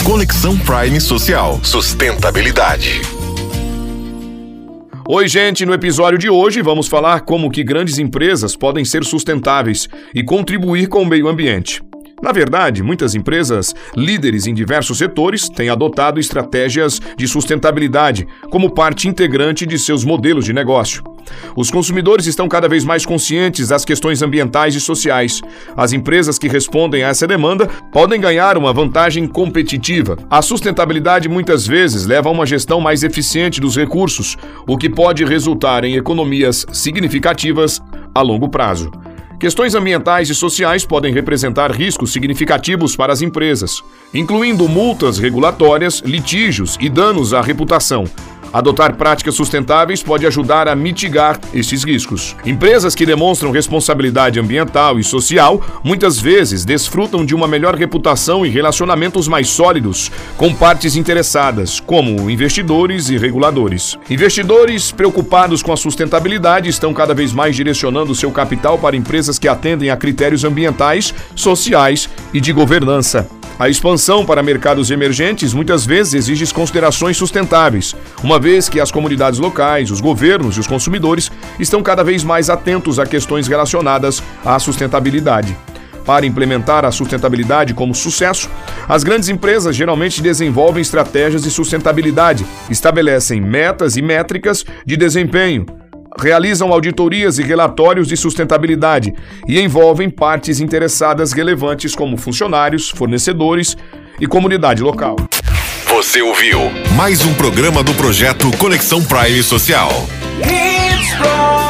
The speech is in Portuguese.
Conexão Prime Social. Sustentabilidade. Oi, gente, no episódio de hoje vamos falar como que grandes empresas podem ser sustentáveis e contribuir com o meio ambiente. Na verdade, muitas empresas líderes em diversos setores têm adotado estratégias de sustentabilidade como parte integrante de seus modelos de negócio. Os consumidores estão cada vez mais conscientes das questões ambientais e sociais. As empresas que respondem a essa demanda podem ganhar uma vantagem competitiva. A sustentabilidade muitas vezes leva a uma gestão mais eficiente dos recursos, o que pode resultar em economias significativas a longo prazo. Questões ambientais e sociais podem representar riscos significativos para as empresas, incluindo multas regulatórias, litígios e danos à reputação. Adotar práticas sustentáveis pode ajudar a mitigar esses riscos. Empresas que demonstram responsabilidade ambiental e social muitas vezes desfrutam de uma melhor reputação e relacionamentos mais sólidos com partes interessadas, como investidores e reguladores. Investidores preocupados com a sustentabilidade estão cada vez mais direcionando seu capital para empresas que atendem a critérios ambientais, sociais e de governança. A expansão para mercados emergentes muitas vezes exige considerações sustentáveis, uma vez que as comunidades locais, os governos e os consumidores estão cada vez mais atentos a questões relacionadas à sustentabilidade. Para implementar a sustentabilidade como sucesso, as grandes empresas geralmente desenvolvem estratégias de sustentabilidade, estabelecem metas e métricas de desempenho, realizam auditorias e relatórios de sustentabilidade e envolvem partes interessadas relevantes como funcionários, fornecedores e comunidade local. Você ouviu mais um programa do projeto Conexão Prime Social.